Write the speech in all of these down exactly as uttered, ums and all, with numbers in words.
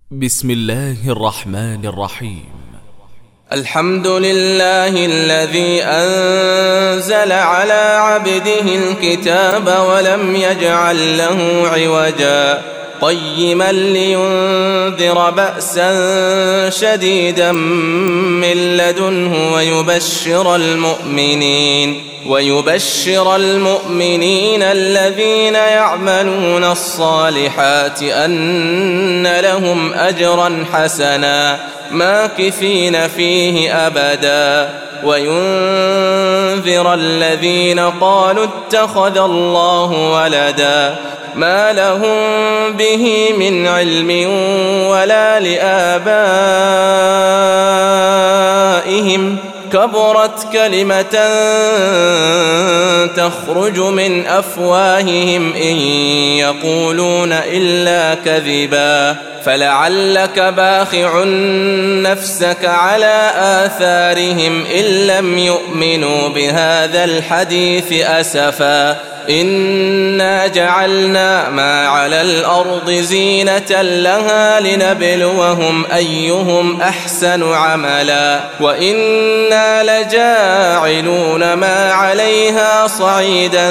بسم الله الرحمن الرحيم. الحمد لله الذي أنزل على عبده الكتاب ولم يجعل له عوجا قيما لينذر بأسا شديدا من لدنه ويبشر المؤمنين ويبشر المؤمنين الذين يعملون الصالحات أن لهم أجرا حسنا ماكثين فيه أبدا وينذر الذين قالوا اتخذ الله ولدا ما لهم به من علم ولا لآبائهم كبرت كلمة تخرج من أفواههم إن يقولون إلا كذبا فلعلك باخع نفسك على آثارهم إن لم يؤمنوا بهذا الحديث أسفا إنا جعلنا ما على الأرض زينة لها لنبلوهم أيهم أحسن عملا وإنا لجاعلون ما عليها صعيدا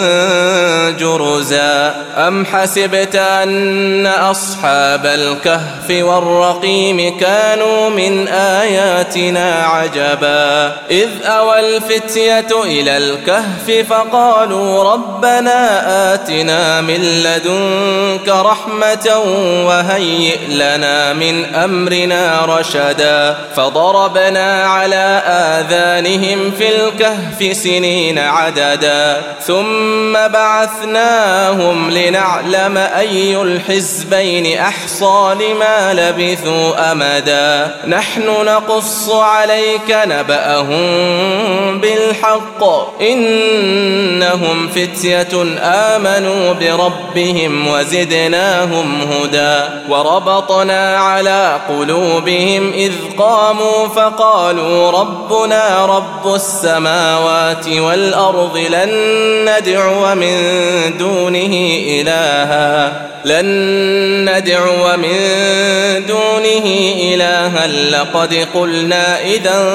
جرزا أم حسبت أن أصحاب الكهف والرقيم كانوا من آياتنا عجبا إذ أوى الفتية إلى الكهف فقالوا ربنا آتنا من لدنك رحمة وهيئ لنا من أمرنا رشدا فضربنا على آذانهم في الكهف سنين عددا ثم بعثناهم لنعلم أي الحزبين أحصى لما لبثوا أمدا نحن نقص عليك نبأهم بالحق إنهم فتية آمنوا بربهم وزدناهم هدى وربطنا على قلوبهم إذ قاموا فقالوا ربنا رب السماوات والأرض لن ندعو من دونه إلها لن ندعو من دونه إلها لقد قلنا إذا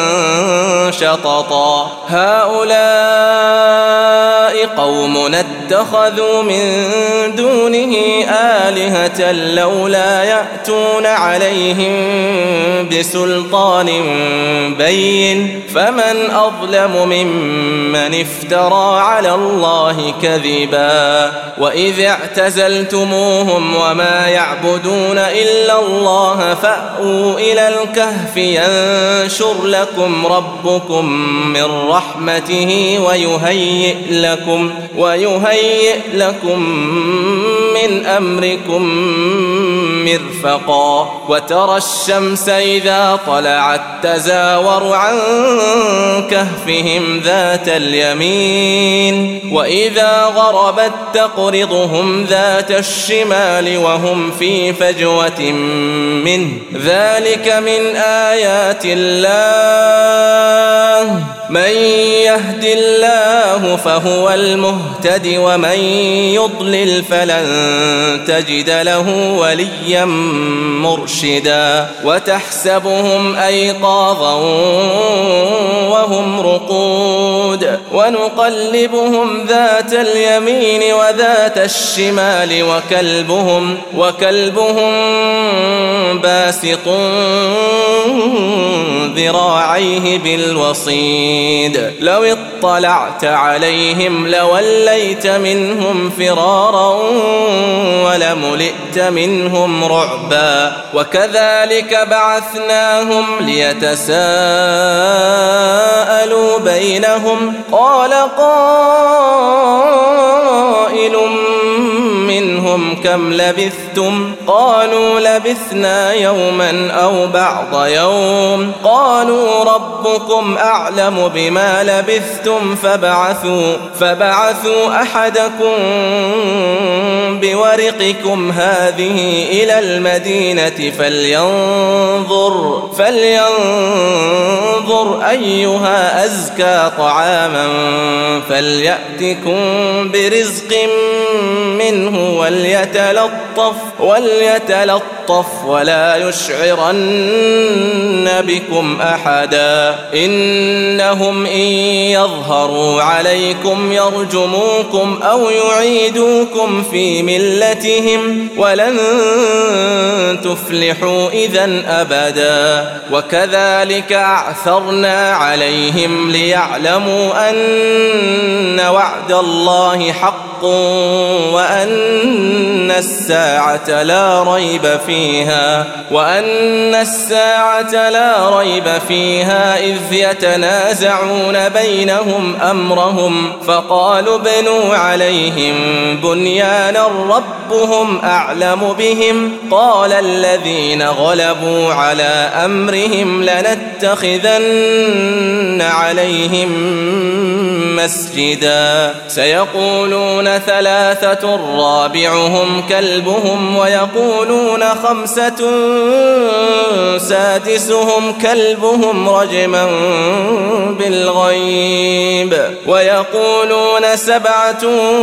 شططا هؤلاء قومنا اتخذوا من دونه آلهة لولا يأتون عليهم بسلطان بين فمن أظلم ممن افترى على الله كذبا وإذ اعتزلتموهم وما يعبدون إلا الله فأووا إلى الكهف ينشر لكم ربكم من رحمته ويهيئ لكم ويهيئ لكم من أمركم مرفقا وترى الشمس إذا طلعت تزاور عن كهفهم ذات اليمين وإذا غربت تقرضهم ذات الشمال وهم في فجوة منه ذلك من آيات الله من يهد الله فهو المهتد ومن يضلل فلن تجد له وليا مرشدا وتحسبهم أيقاظا وهم رقود ونقلبهم ذات اليمين وذات الشمال وكلبهم وكلبهم باسط ذراعيه بالوصيد لو اطلعت عليهم لوليت منهم فرارا ولملئت منهم رعبا وكذلك بعثناهم ليتساءلوا بينهم قال قائل منهم كم لبثتم قالوا لبثنا يوما أو بعض يوم قالوا ربكم أعلم بما لبثتم فبعثوا فبعثوا أحدكم بورقكم هذه إلى المدينة فلينظر فلينظر أيها أزكى طعاما فليأتكم برزق منه وليتلطف وليتلطف ولا يشعرن بكم أحدا إنهم إن يظهروا عليكم يرجموكم أو يعيدوكم في ملتهم ولن تفلحوا إذن أبدا وكذلك أعثرنا عليهم ليعلموا أن وعد الله حق وأن الساعة لا ريب فيها وأن الساعة لا ريب فيها إذ يتنازعون بينهم أمرهم فقالوا ابنوا عليهم بنيانا ربهم أعلم بهم قال الذين غلبوا على أمرهم لنتخذن عليهم مسجدا سيقولون ثلاثة رابعهم كلبهم ويقولون خمسة سادسهم كلبهم رجما بالغيب ويقولون سبعة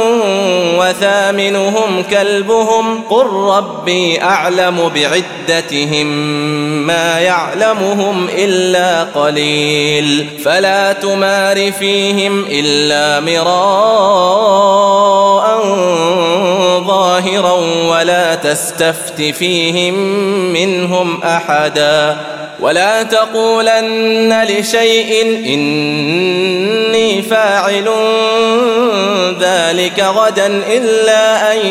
وثامنهم كلبهم قل ربي أعلم بعدتهم ما يعلمهم إلا قليل فلا تمار فيهم إلا مراء ظاهرا ولا تستفت فيهم منهم أحدا ولا تقولن لشيء إني فاعل ذلك غدا إلا أن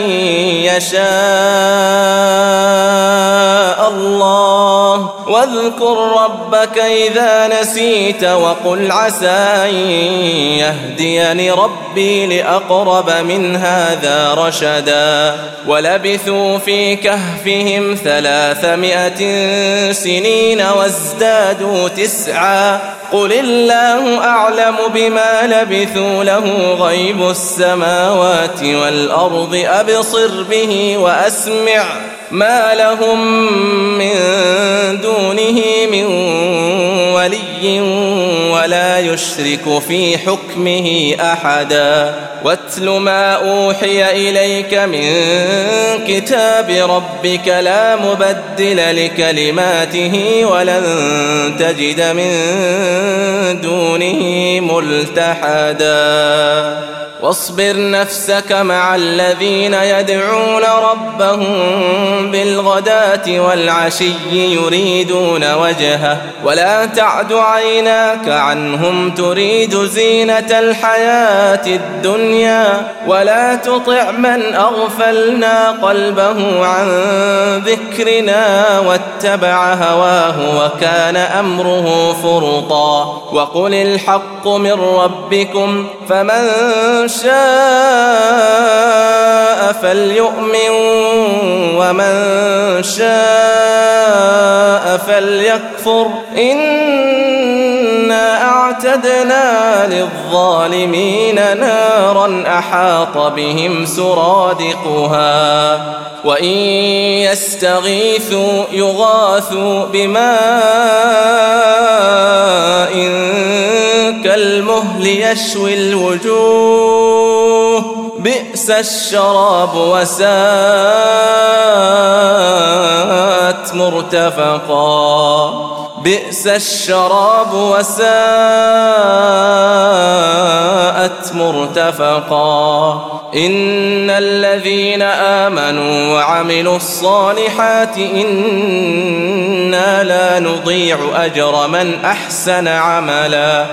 يشاء الله واذكر ربك إذا نسيت وقل عسى أن يهديني ربي لأقرب من هذا رشدا ولبثوا في كهفهم ثلاثمائة سنين وازدادوا تسعا قل الله أعلم بما لبثوا له غيب السماوات والأرض أبصر به وأسمع ما لهم من دونه من ولي ولا يشرك في حكمه أحدا واتل ما أوحي إليك من كتاب ربك لا مبدل لكلماته ولن تجد من دونه ملتحدا واصبر نفسك مع الذين يدعون ربهم بالغداة والعشي يريدون وجهه ولا تعد عيناك عنهم تريد زينة الحياة الدنيا ولا تطع من أغفلنا قلبه عن ذكرنا واتبع هواه وكان أمره فرطا وقل الحق من ربكم فمن شاء فليؤمن ومن شاء فليكفر إنا أعتدنا للظالمين نارا أحاط بهم سرادقها وإن يستغيثوا يغاثوا بماء كالمهل يشوي الوجوه بئس الشراب وساءت مرتفقا بئس الشراب وساءت مرتفقا إن الذين آمنوا وعملوا الصالحات إنا لا نضيع أجر من أحسن عملا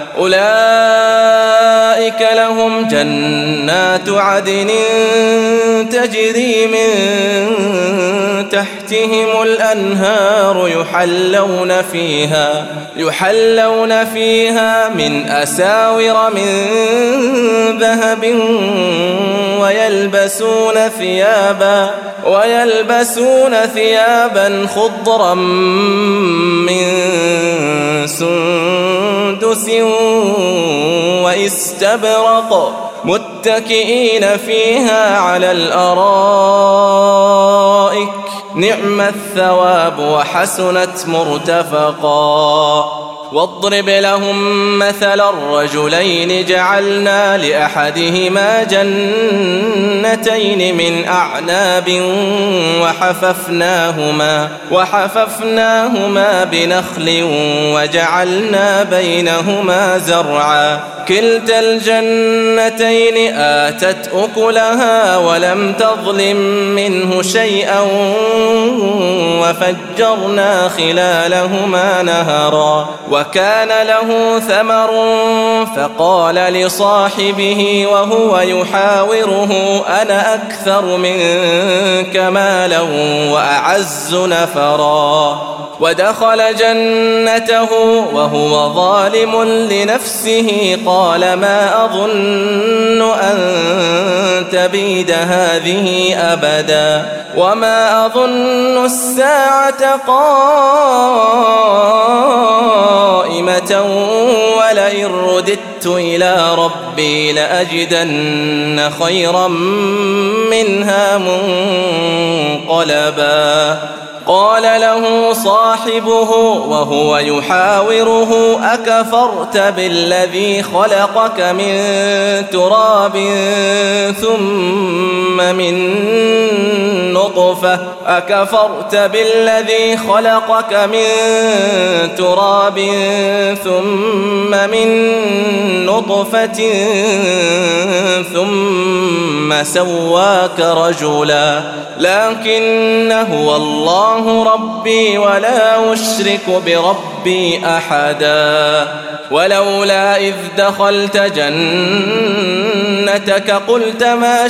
أولئك لهم جنات عدن تجري من تحتهم الأنهار يحلون فيها يحلون فيها من أساور من ذهب ويلبسون ثيابا ويلبسون ثيابا خضرا من سندس واستبرق متكئين فيها على الأرائك نعم الثواب وحسنت مرتفقا واضرب لهم مثل الرجلين جعلنا لأحدهما جنتين من أعناب وحففناهما, وحففناهما بنخل وجعلنا بينهما زرعا كلتا الجنتين آتت أكلها ولم تظلم منه شيئا وفجرنا خلالهما نهرا وكان له ثمر فقال لصاحبه وهو يحاوره أنا أكثر منك مالا وأعز نفرا ودخل جنته وهو ظالم لنفسه قال ما أظن أن تبيد هذه أبدا وما أظن الساعة قائمة ولئن رددت إلى ربي لأجدن خيرا منها منقلبا قال له صاحبه وهو يحاوره أكفرت بالذي خلقك من تراب ثم من نطفة أكفرت بالذي خلقك من تراب ثم من نطفة ثم سواك رجلا لكن هو الله ربي ولا أشرك بربي أحدا ولولا إذ دخلت جنتك قلت ما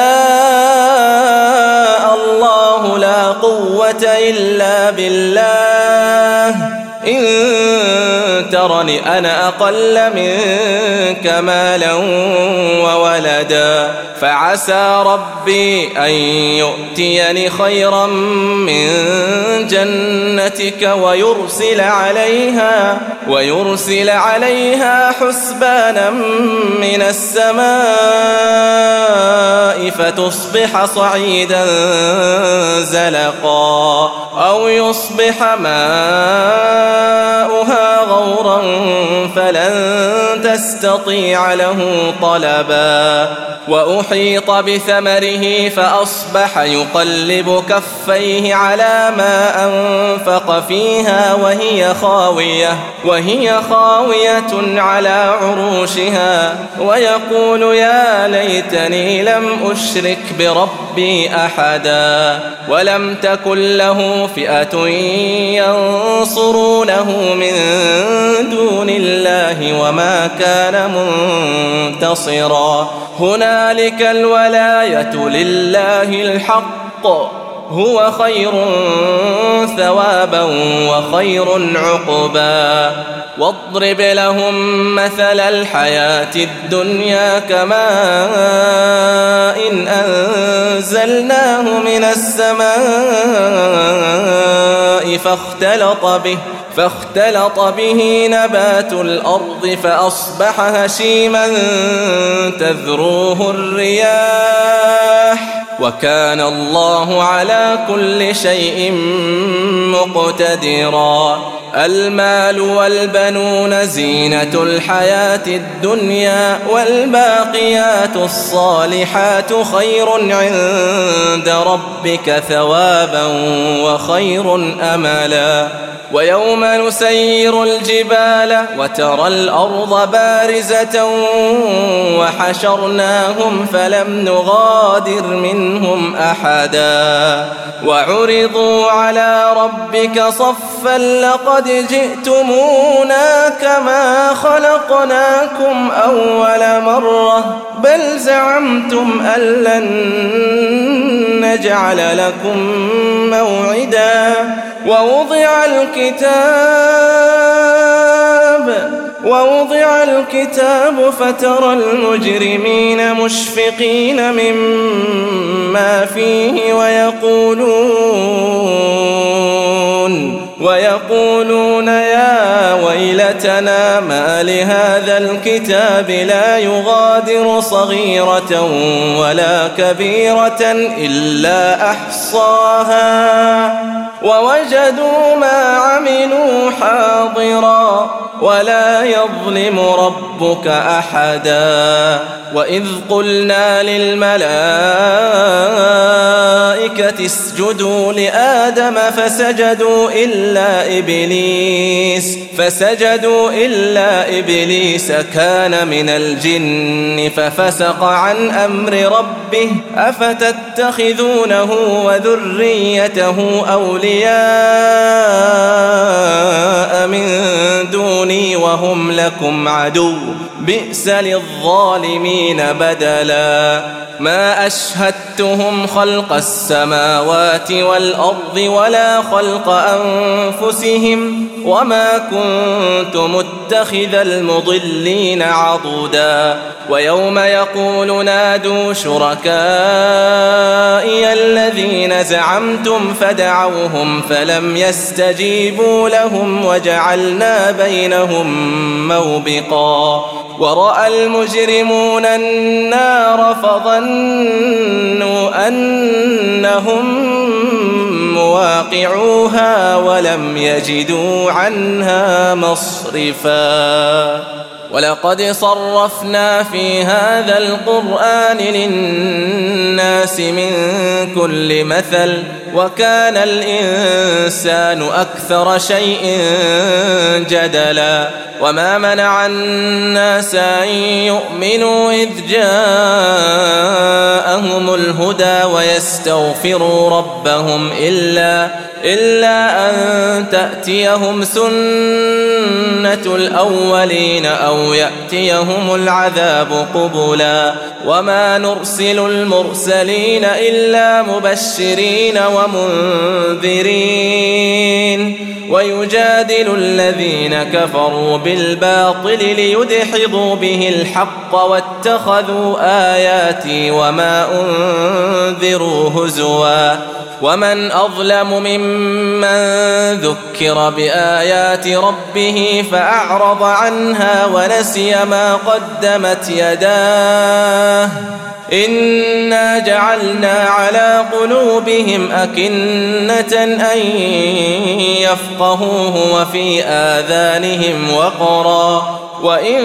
شاء الله لا قوة إلا بالله إن ترني أنا أقل منك مالا وولدا فعسى ربي أن يؤتيني خيرا من جنتك ويرسل عليها ويرسل عليها حسبانا من السماء فتصبح صعيدا زلقا أو يصبح ماؤها غورا فلن تستطيع له طلبا وأحيط بثمره فأصبح يقلب كفيه على ما أنفق فيها وهي خاوية وهي خاوية على عروشها ويقول يا ليتني لم أشرك بربي أحدا ولم تكن له فئة ينصرونه من دون الله وما كان منتصرا هنالك الولاية لله الحق هو خير ثوابا وخير عقبا واضرب لهم مثل الحياة الدنيا كماء إن أنزلناه من السماء فاختلط به فاختلط به نبات الأرض فأصبح هشيما تذروه الرياح وكان الله على كل شيء مقتدرا المال والبنون زينة الحياة الدنيا والباقيات الصالحات خير عند ربك ثوابا وخير أملا ويوم نسير الجبال وترى الأرض بارزة وحشرناهم فلم نغادر منهم أحدا وعرضوا على ربك صفا لقد جئتمونا كما خلقناكم أول مرة بل زعمتم أن لن نجعل لكم موعدا ووضع الكتاب ووضع الكتاب فترى المجرمين مشفقين مما فيه ويقولون ويقولون يا ويلتنا ما لهذا الكتاب لا يغادر صغيرة ولا كبيرة إلا أحصاها ووجدوا ما عملوا حاضرا ولا يظلم ربك أحدا وإذ قلنا للملائكة اسجدوا لآدم فسجدوا إلا إبليس فسجدوا إلا إبليس كان من الجن ففسق عن أمر ربه أفتتخذونه وذريته أولياء من دوني وهم لكم عدو بئس للظالمين بدلا ما أشهدتهم خلق السماوات والأرض ولا خلق أنفسهم وما كنت متخذ المضلين عضدا ويوم يقول نادوا شركائي الذين زعمتم فدعوهم فلم يستجيبوا لهم وجعلنا بينهم موبقا ورأى المجرمون النار فظنوا أنهم مواقعوها ولم يجدوا عنها مصرفا ولقد صرفنا في هذا القرآن للناس من كل مثل وكان الإنسان أكثر شيء جدلا وما منع الناس أن يؤمنوا إذ جاءهم الهدى ويستغفروا ربهم إلا إلا أن تأتيهم سنة الأولين أو يأتيهم العذاب قبلا وما نرسل المرسلين إلا مبشرين ومنذرين ويجادل الذين كفروا بالباطل ليدحضوا به الحق واتخذوا آياتي وما أنذروا هزوا ومن أظلم ممن ذكر بآيات ربه فأعرض عنها ونسي ما قدمت يداه إنا جعلنا على قلوبهم أكنة أن يفقهوه وفي آذانهم وقرا وإن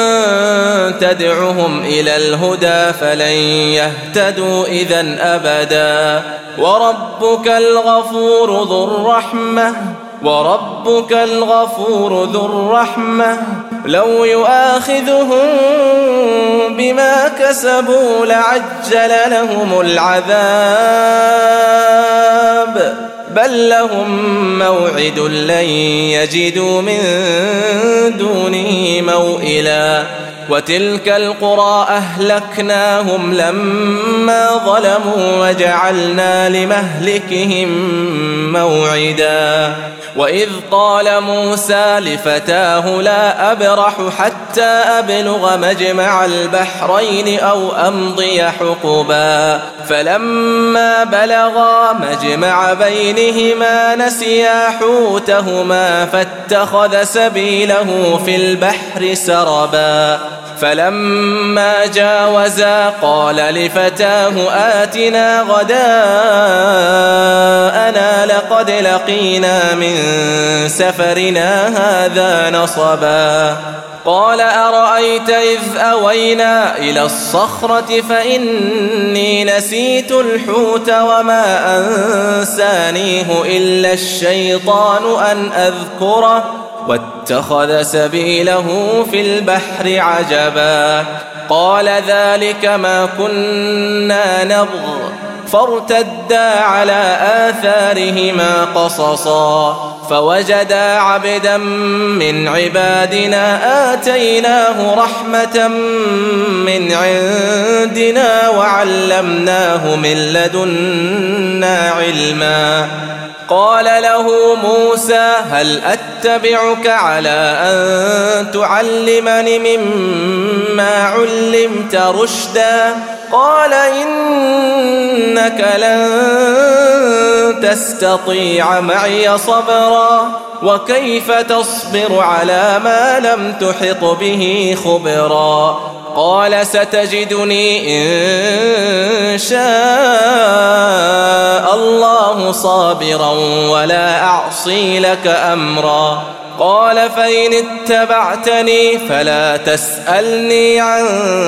تدعهم إلى الهدى فلن يهتدوا إذن أبدا وربك الغفور ذو الرحمة وربك الغفور ذو الرحمة لو يؤاخذهم بما كسبوا لعجل لهم العذاب بل لهم موعد لن يجدوا من دونه موئلا وتلك القرى أهلكناهم لما ظلموا وجعلنا لمهلكهم موعدا وإذ قال موسى لفتاه لا أبرح حتى أبلغ مجمع البحرين أو أمضي حقبا فلما بلغا مجمع بينهما نسيا حوتهما فاتخذ سبيله في البحر سربا فلما جاوزا قال لفتاه آتنا غداءنا لقد لقينا من سفرنا هذا نصبا قال أرأيت إذ أوينا إلى الصخرة فإني نسيت الحوت وما أنسانيه إلا الشيطان أن أذكره واتخذ سبيله في البحر عجبا قال ذلك ما كنا نبغ فارتدا على آثارهما قصصا فوجدا عبدا من عبادنا آتيناه رحمة من عندنا وعلمناه من لدنا علما قال له موسى هل أتبعك على أن تعلمني مما علمت رشدا قال إنك لن تستطيع معي صبرا وكيف تصبر على ما لم تحط به خبرا قال ستجدني إن شاء الله صابرا ولا أعصي لك أمرا. قال فإن اتبعتني فلا تسألني عن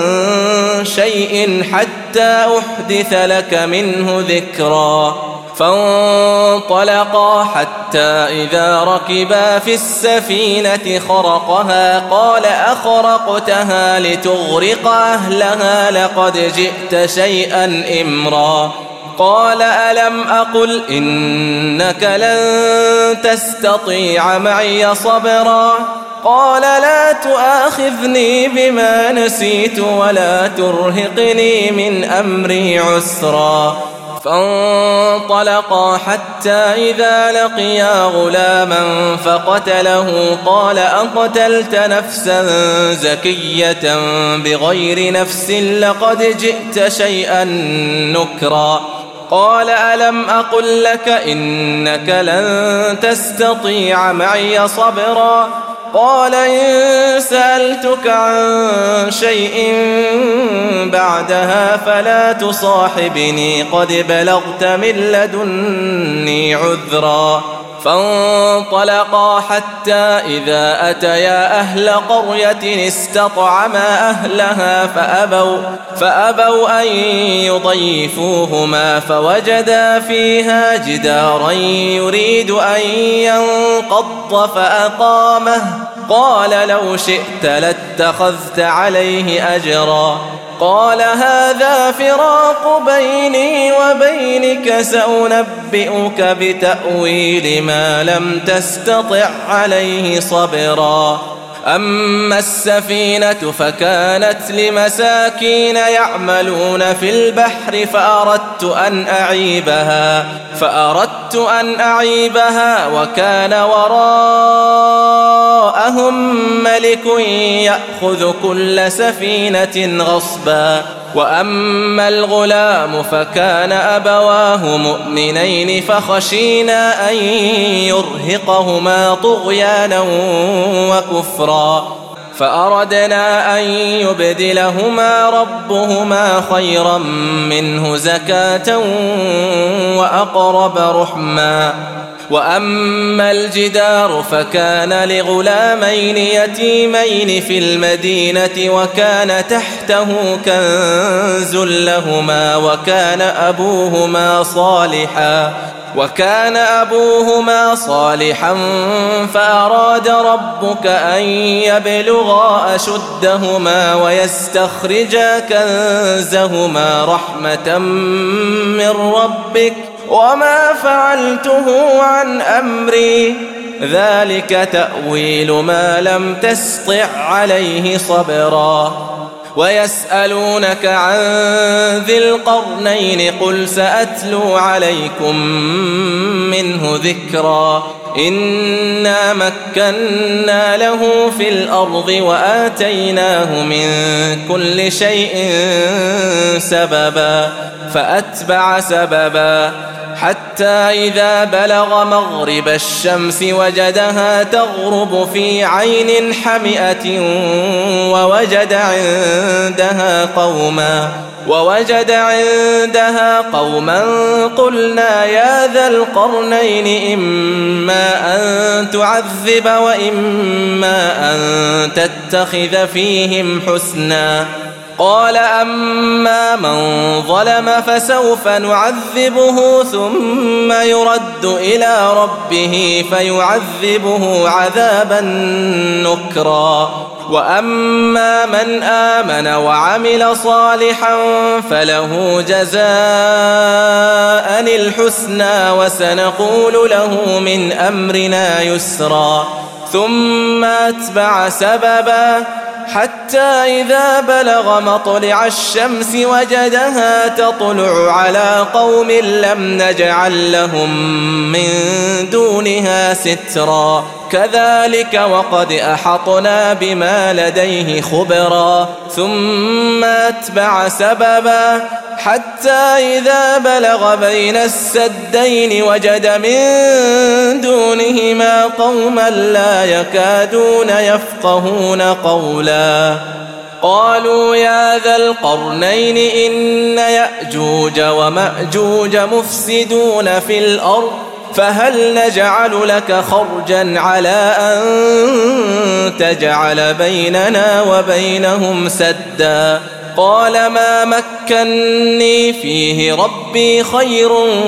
شيء حتى أحدث لك منه ذكرا. فانطلقا حتى إذا ركبا في السفينة خرقها قال أخرقتها لتغرق أهلها لقد جئت شيئا إمرا. قال ألم أقل إنك لن تستطيع معي صبرا. قال لا تؤاخذني بما نسيت ولا ترهقني من أمري عسرا. فانطلقا حتى إذا لقيا غلاما فقتله قال أقتلت نفسا زكية بغير نفس لقد جئت شيئا نكرا. قال ألم أقل لك إنك لن تستطيع معي صبرا. قال إن سألتك عن شيء بعدها فلا تصاحبني قد بلغت من لدني عذرا. فانطلقا حتى إذا أتيا أهل قرية استطعما أهلها فأبوا, فأبوا أن يضيفوهما فوجدا فيها جدارا يريد أن ينقض فأقامه. قال لو شئت لاتخذت عليه أجرا. قال هذا فراق بيني وبينك سأنبئك بتأويل ما لم تستطع عليه صبرا. أما السفينة فكانت لمساكين يعملون في البحر فأردت أن أعيبها فأردت أن أعيبها وكان وراءهم ملك يأخذ كل سفينة غصبا. وأما الغلام فكان أبواه مؤمنين فخشينا أن يرهقهما طغيانا وكفرا فأردنا أن يبدلهما ربهما خيرا منه زكاة وأقرب رحما. وأما الجدار فكان لغلامين يتيمين في المدينة وكان تحته كنز لهما وكان أبوهما صالحا وكان أبوهما صالحا فأراد ربك أن يبلغا أشدهما ويستخرجا كنزهما رحمة من ربك وما فعلته عن أمري ذلك تأويل ما لم تسطع عليه صبرا. ويسألونك عن ذي القرنين قل سأتلو عليكم منه ذكرا. إنا مكنا له في الأرض وآتيناه من كل شيء سببا فأتبع سببا حتى إذا بلغ مغرب الشمس وجدها تغرب في عين حمئة ووجد عندها قوما ووجد عندها قوما قلنا يا ذا القرنين إما أن تعذب وإما أن تتخذ فيهم حسنا. قال أما من ظلم فسوف نعذبه ثم يرد إلى ربه فيعذبه عذابا نكرا. وأما من آمن وعمل صالحا فله جزاء الحسنى وسنقول له من أمرنا يسرا. ثم أتبع سببا حتى إذا بلغ مطلع الشمس وجدها تطلع على قوم لم نجعل لهم من دونها سترا. كذلك وقد أحطنا بما لديه خبرا. ثم أتبع سببا حتى إذا بلغ بين السدين وجد من دونهما قوما لا يكادون يفقهون قولا. قالوا يا ذا القرنين إن يأجوج ومأجوج مفسدون في الأرض فهل نجعل لك خرجا على أن تجعل بيننا وبينهم سدا قال ما مكني فيه ربي خير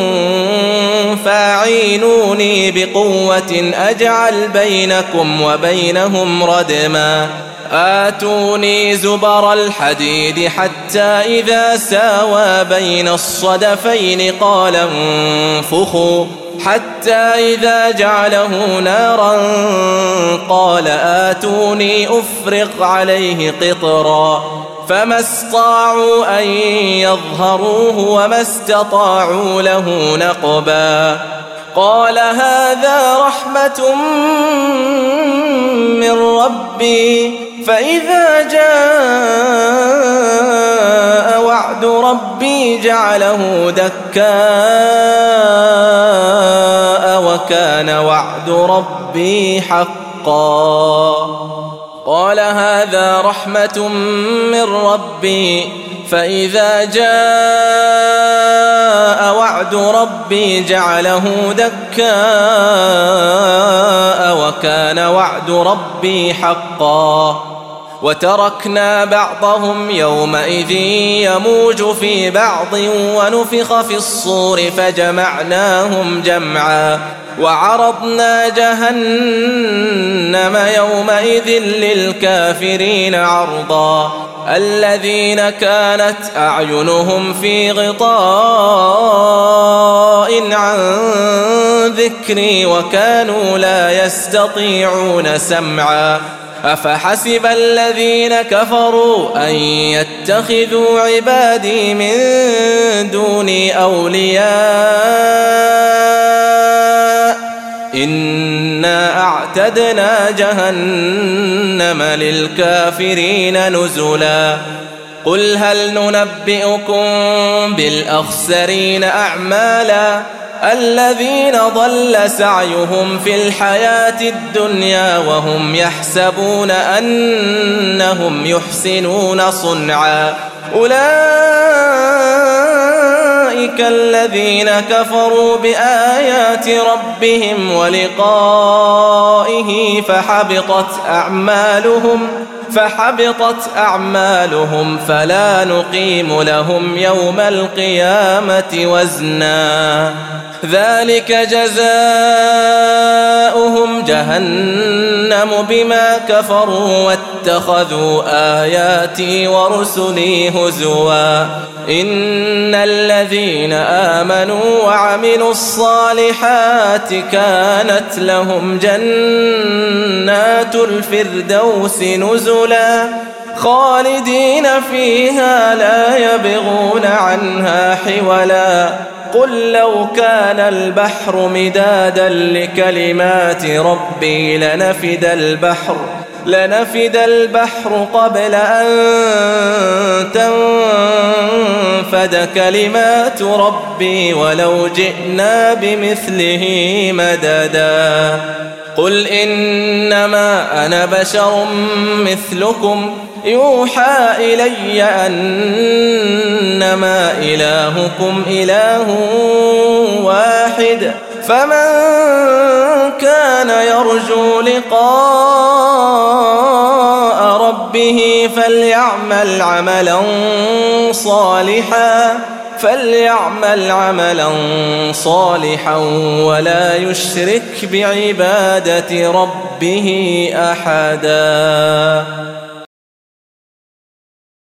فاعينوني بقوة أجعل بينكم وبينهم ردما آتوني زبر الحديد حتى إذا ساوى بين الصدفين قال انفخوا حتى إذا جعله نارا قال آتوني أفرغ عليه قطرا فما استطاعوا أن يظهروه وما استطاعوا له نقبا قال هذا رحمة من ربي فإذا جاء وعد ربي جعله دكاء وكان وعد ربي حقا قال هذا رحمة من ربي فإذا جاء وعد ربي جعله دكاء وكان وعد ربي حقا وتركنا بعضهم يومئذ يموج في بعض ونفخ في الصور فجمعناهم جمعا وعرضنا جهنم يومئذ للكافرين عرضا الذين كانت أعينهم في غطاء عن ذكري وكانوا لا يستطيعون سمعا أفحسب الذين كفروا أن يتخذوا عبادي من دوني أولياء إنا أعتدنا جهنم للكافرين نزلا قل هل ننبئكم بالأخسرين أعمالا الذين ضل سعيهم في الحياة الدنيا وهم يحسبون أنهم يحسنون صنعا أولئك الذين كفروا بآيات ربهم ولقائه فحبطت أعمالهم فحبطت أعمالهم فلا نقيم لهم يوم القيامة وزنا ذلك جزاؤهم جهنم بما كفروا واتخذوا آياتي ورسلي هزوا إن الذين آمنوا وعملوا الصالحات كانت لهم جنات الفردوس نزلا خالدين فيها لا يبغون عنها حولا قل لو كان البحر مدادا لكلمات ربي لنفد البحر لنفد البحر قبل أن تنفد كلمات ربي ولو جئنا بمثله مددا قل إنما أنا بشر مثلكم يوحى إلي أنما إلهكم إله واحد فمن كان يرجو لقاء ربه فليعمل عملا صالحا فليعمل عملا صالحا ولا يشرك بعبادة ربه أحدا.